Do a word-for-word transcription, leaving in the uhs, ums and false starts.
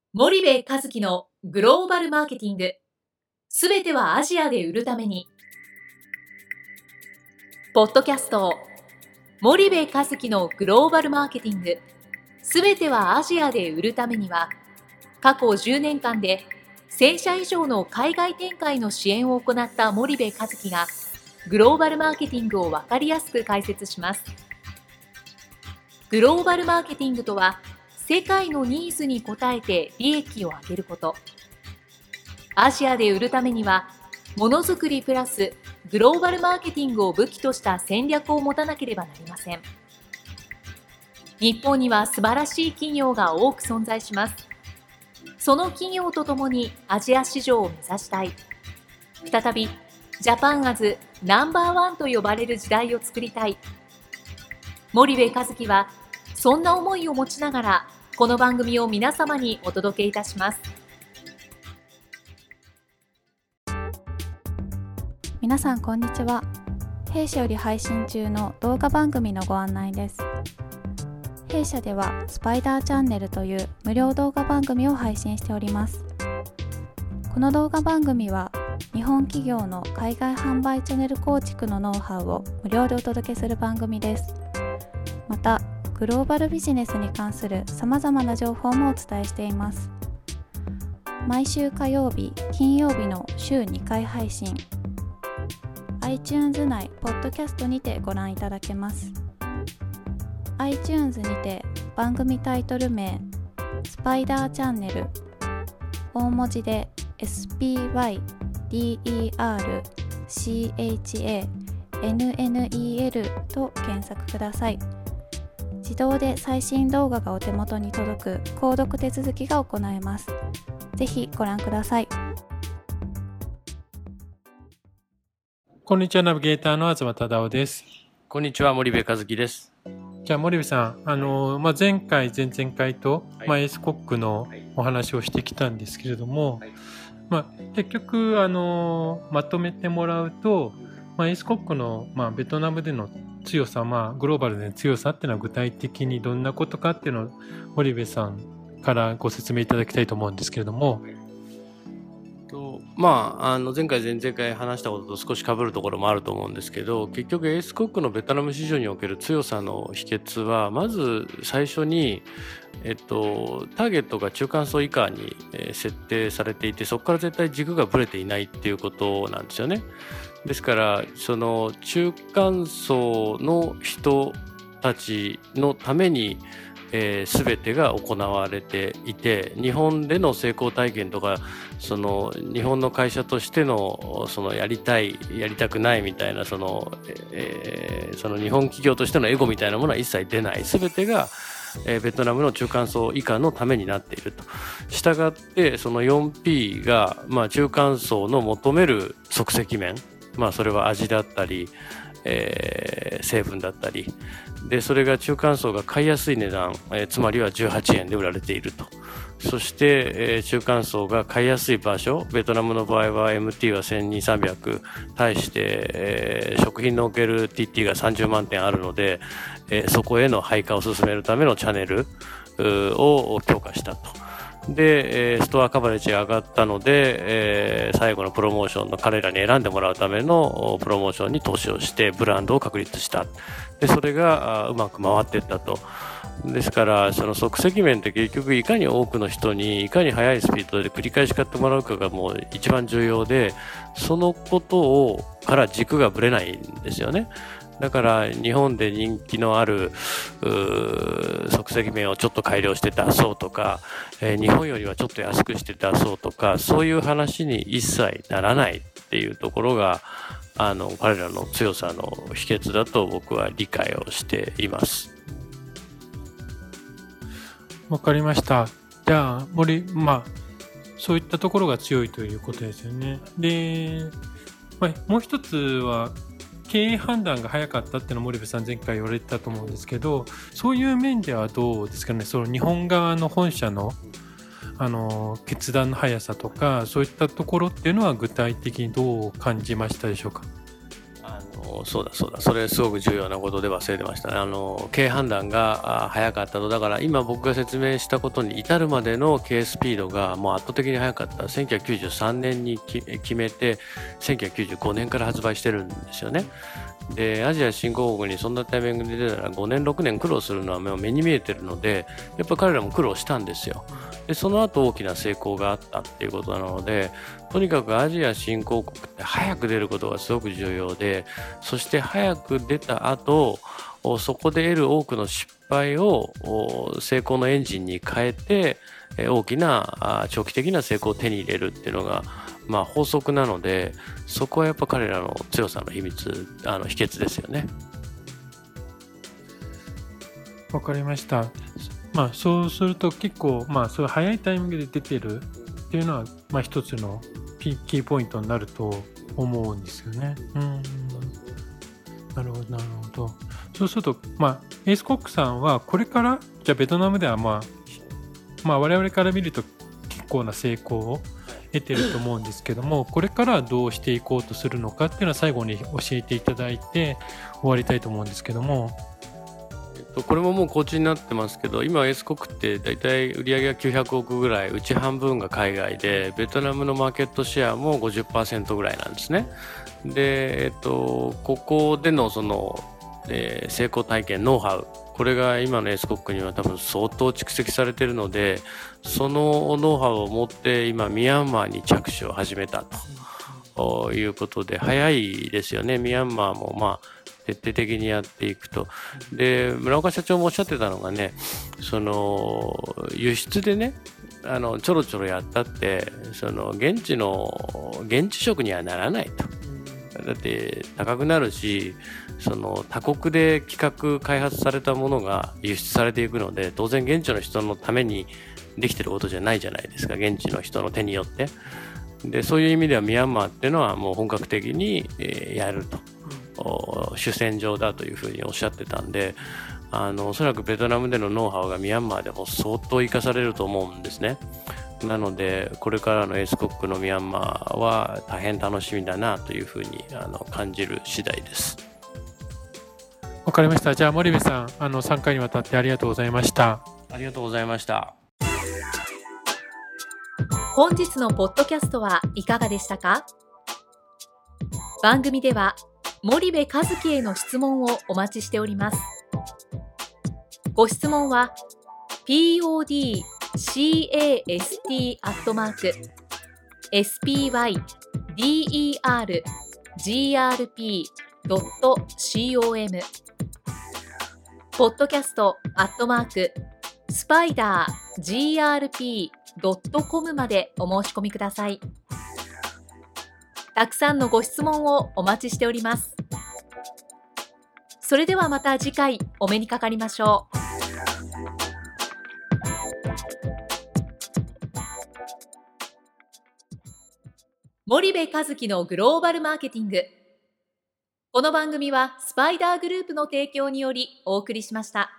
森部一樹のグローバルマーケティング。すべてはアジアで売るために。ポッドキャスト森部一樹のグローバルマーケティング。すべてはアジアで売るためには、過去じゅうねんかんでせんしゃ以上の海外展開の支援を行った森部一樹がグローバルマーケティングをわかりやすく解説します。グローバルマーケティングとは、世界のニーズに応えて利益を上げること。アジアで売るためには、ものづくりプラスグローバルマーケティングを武器とした戦略を持たなければなりません。日本には素晴らしい企業が多く存在します。その企業とともにアジア市場を目指したい。再びジャパンアズナンバーワンと呼ばれる時代を作りたい。森部一樹はそんな思いを持ちながら、この番組を皆様にお届けいたします。 皆さんこんにちは。弊社より配信中の動画番組のご案内です。弊社ではスパイダーチャンネルという無料動画番組を配信しております。この動画番組は日本企業の海外販売チャンネル構築のノウハウを無料でお届けする番組です。またグローバルビジネスに関するさまざまな情報もお伝えしています。毎週火曜日、金曜日の週にかい配信。iTunes 内ポッドキャストにてご覧いただけます。iTunes にて番組タイトル名スパイダーチャンネル、大文字で エスピーワイディーイーアールシーエイチエーエヌエヌイーエル と検索ください。自動で最新動画がお手元に届く購読手続きが行えます。ぜひご覧ください。 こんにちは、ナビゲーターの東忠夫です。 こんにちは、森部一樹です。 じゃあ森部さん、あのまあ、前回前々回と、はいまあ、エースコックのお話をしてきたんですけれども、はいまあ、結局あのまとめてもらうと、まあ、エースコックの、まあ、ベトナムでの強さ、まあ、グローバルでの強さっていうのは具体的にどんなことかっていうのを森部さんからご説明いただきたいと思うんですけれども。 とまあ、あの前回前々回話したことと少し被るところもあると思うんですけど、結局エースコックのベトナム市場における強さの秘訣は、まず最初に、えっと、ターゲットが中間層以下に、えー、設定されていて、そこから絶対軸がぶれていないっていうことなんですよね。ですからその中間層の人たちのために、えー、全てが行われていて、日本での成功体験とか、その日本の会社としてのそのやりたいやりたくないみたいな、その、えー、その日本企業としてのエゴみたいなものは一切出ない。全てがえー、ベトナムの中間層以下のためになっていると。したがってその よんピー が、まあ、中間層の求める即席麺、まあ、それは味だったり、えー、成分だったりで、それが中間層が買いやすい値段、えー、つまりはじゅうはちえんで売られていると。そして、えー、中間層が買いやすい場所、ベトナムの場合は エムティー はせんにひゃく、さんびゃく対して、えー、食品のおける ティーティー がさんじゅうまんてんあるので、えー、そこへの配下を進めるためのチャンネルを強化したと。で、えー、ストアカバレッジが上がったので、えー、最後のプロモーションの彼らに選んでもらうためのプロモーションに投資をしてブランドを確立した。でそれがうまく回っていったと。ですからその即席麺って結局いかに多くの人にいかに速いスピードで繰り返し買ってもらうかがもう一番重要で、そのことをから軸がぶれないんですよね。だから日本で人気のある即席麺をちょっと改良して出そうとか、えー、日本よりはちょっと安くして出そうとか、そういう話に一切ならないっていうところがあの彼らの強さの秘訣だと僕は理解をしています。 わかりました。じゃあ森、まあそういったところが強いということですよね。で、まあ、もう一つは経営判断が早かったっていうのを森部さん前回言われてたと思うんですけど、そういう面ではどうですかね。その日本側の本社のあの決断の速さとか、そういったところっていうのは具体的にどう感じましたでしょうか。 あののそうだそうだそれすごく重要なことで忘れてましたね。あの経営判断があ早かったと。だから今僕が説明したことに至るまでの経営スピードがもう圧倒的に速かった。せんきゅうひゃくきゅうじゅうさんねんにき決めてせんきゅうひゃくきゅうじゅうごねんから発売してるんですよね。でアジア新興国にそんなタイミングで出たらごねんろくねん苦労するのはもう目に見えてるので、やっぱ彼らも苦労したんですよ。でその後大きな成功があったっていうことなので、とにかくアジア新興国って早く出ることがすごく重要で、そして早く出た後そこで得る多くの失敗を成功のエンジンに変えて大きな長期的な成功を手に入れるっていうのがまあ法則なので、そこはやっぱ彼らの強さの秘密、あの秘訣ですよね。 わかりました。まあそうすると結構まあそういう早いタイミングで出てるっていうのはまあ一つのキーポイントになると思うんですよね。うん。なるほどなるほど。そうするとまあエースコックさんはこれからじゃあベトナムではまあまあ我々から見ると結構な成功を得てると思うんですけども、これからどうしていこうとするのかっていうのは最後に教えていただいて終わりたいと思うんですけども。 えっと、これももう構築になってますけど、今エースコックってだいたい売上がきゅうひゃくおくぐらい、うち半分が海外で、ベトナムのマーケットシェアも ごじゅっパーセント ぐらいなんですね。で、えっと、ここでのその、えー成功体験、ノウハウ、これが今のエースコックには多分相当蓄積されているので、そのノウハウを持って今ミャンマーに着手を始めたということで、早いですよね。ミャンマーもまあ徹底的にやっていくと。で、村岡社長もおっしゃってたのがね、その輸出でね、あのちょろちょろやったってその現地の現地食にはならないと。だって高くなるし、その他国で企画開発されたものが輸出されていくので、当然現地の人のためにできてることじゃないじゃないですか、現地の人の手によって。でそういう意味ではミャンマーっていうのはもう本格的にやると、主戦場だというふうにおっしゃってたんで、あのおそらくベトナムでのノウハウがミャンマーでも相当生かされると思うんですね。なのでこれからのエースコックのミャンマーは大変楽しみだなというふうにあの感じる次第です。 わかりました。じゃあ森部さん、あのさんかいにわたってありがとうございました。 ありがとうございました。 本日のポッドキャストはいかがでしたか？番組では森部一樹への質問をお待ちしております。ご質問は ピーオーディーキャスト アットマーク エスピーワイディーイーアールジーアールピードットコム ポッドキャストアットマークスパイダー ジーアールピードットコム までお申し込みください。たくさんのご質問をお待ちしております。それではまた次回お目にかかりましょう。森部一樹のグローバルマーケティング。この番組はスパイダーグループの提供によりお送りしました。